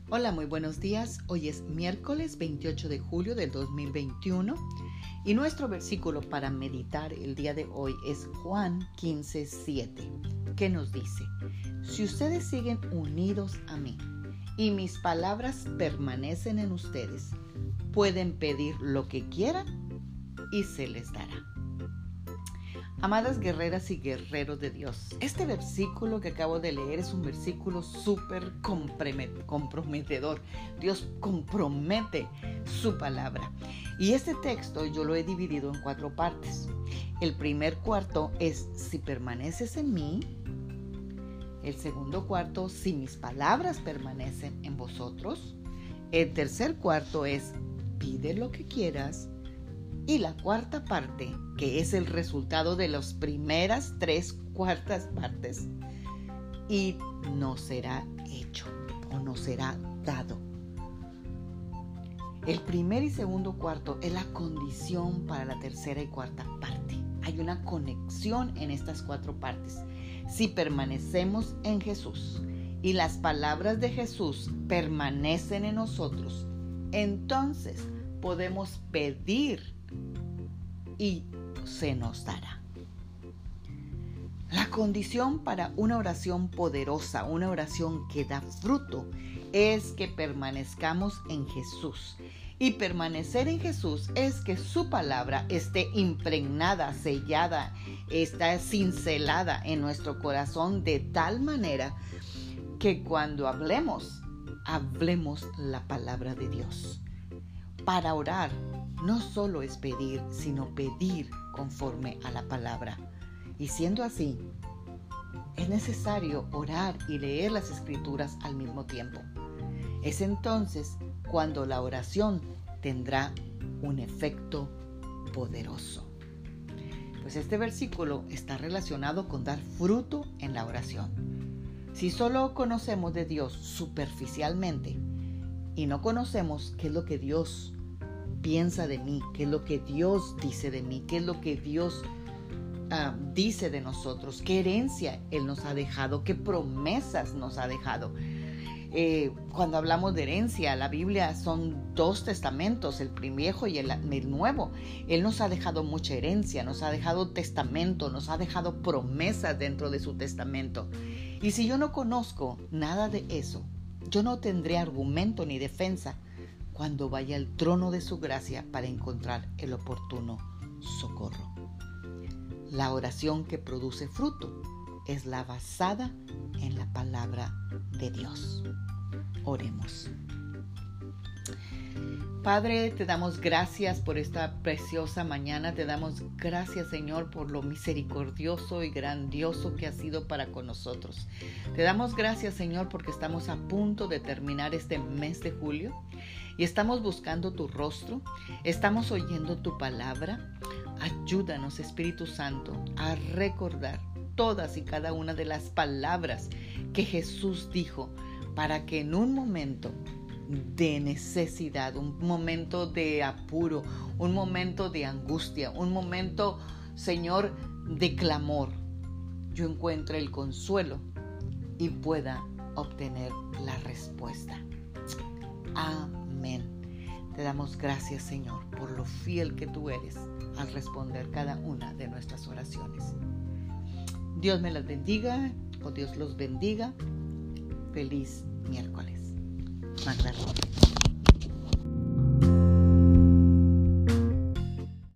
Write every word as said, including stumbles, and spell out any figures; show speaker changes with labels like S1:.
S1: Hola, muy buenos días. Hoy es miércoles veintiocho de julio del dos mil veintiuno y nuestro versículo para meditar el día de hoy es Juan quince siete, que nos dice: si ustedes siguen unidos a mí y mis palabras permanecen en ustedes, pueden pedir lo que quieran y se les dará. Amadas guerreras y guerreros de Dios, este versículo que acabo de leer es un versículo súper comprometedor. Dios compromete su palabra. Y este texto yo lo he dividido en cuatro partes. El primer cuarto es: si permaneces en mí. El segundo cuarto: si mis palabras permanecen en vosotros. El tercer cuarto es: pide lo que quieras. Y la cuarta parte, que es el resultado de las primeras tres cuartas partes: y no será hecho o no será dado. El primer y segundo cuarto es la condición para la tercera y cuarta parte. Hay una conexión en estas cuatro partes. Si permanecemos en Jesús y las palabras de Jesús permanecen en nosotros, entonces podemos pedir y se nos dará. La condición para una oración poderosa, una oración que da fruto, es que permanezcamos en Jesús. Y permanecer en Jesús es que su palabra esté impregnada, sellada, está cincelada en nuestro corazón de tal manera que cuando hablemos, hablemos la palabra de Dios. Para orar no solo es pedir, sino pedir conforme a la palabra. Y siendo así, es necesario orar y leer las Escrituras al mismo tiempo. Es entonces cuando la oración tendrá un efecto poderoso. Pues este versículo está relacionado con dar fruto en la oración. Si solo conocemos de Dios superficialmente y no conocemos qué es lo que Dios piensa de mí, qué es lo que Dios dice de mí, qué es lo que Dios uh, dice de nosotros, qué herencia Él nos ha dejado, qué promesas nos ha dejado. Eh, cuando hablamos de herencia, la Biblia son dos testamentos, el viejo y el, el nuevo. Él nos ha dejado mucha herencia, nos ha dejado testamento, nos ha dejado promesas dentro de su testamento. Y si yo no conozco nada de eso, yo no tendré argumento ni defensa cuando vaya al trono de su gracia para encontrar el oportuno socorro. La oración que produce fruto es la basada en la palabra de Dios. Oremos. Padre, te damos gracias por esta preciosa mañana. Te damos gracias, Señor, por lo misericordioso y grandioso que has sido para con nosotros. Te damos gracias, Señor, porque estamos a punto de terminar este mes de julio y estamos buscando tu rostro, estamos oyendo tu palabra. Ayúdanos, Espíritu Santo, a recordar todas y cada una de las palabras que Jesús dijo, para que en un momento de necesidad, un momento de apuro, un momento de angustia, un momento, Señor, de clamor, yo encuentre el consuelo y pueda obtener la respuesta. Amén. Te damos gracias, Señor, por lo fiel que tú eres al responder cada una de nuestras oraciones. Dios me las bendiga, o Dios los bendiga. Feliz miércoles. Magda Robles.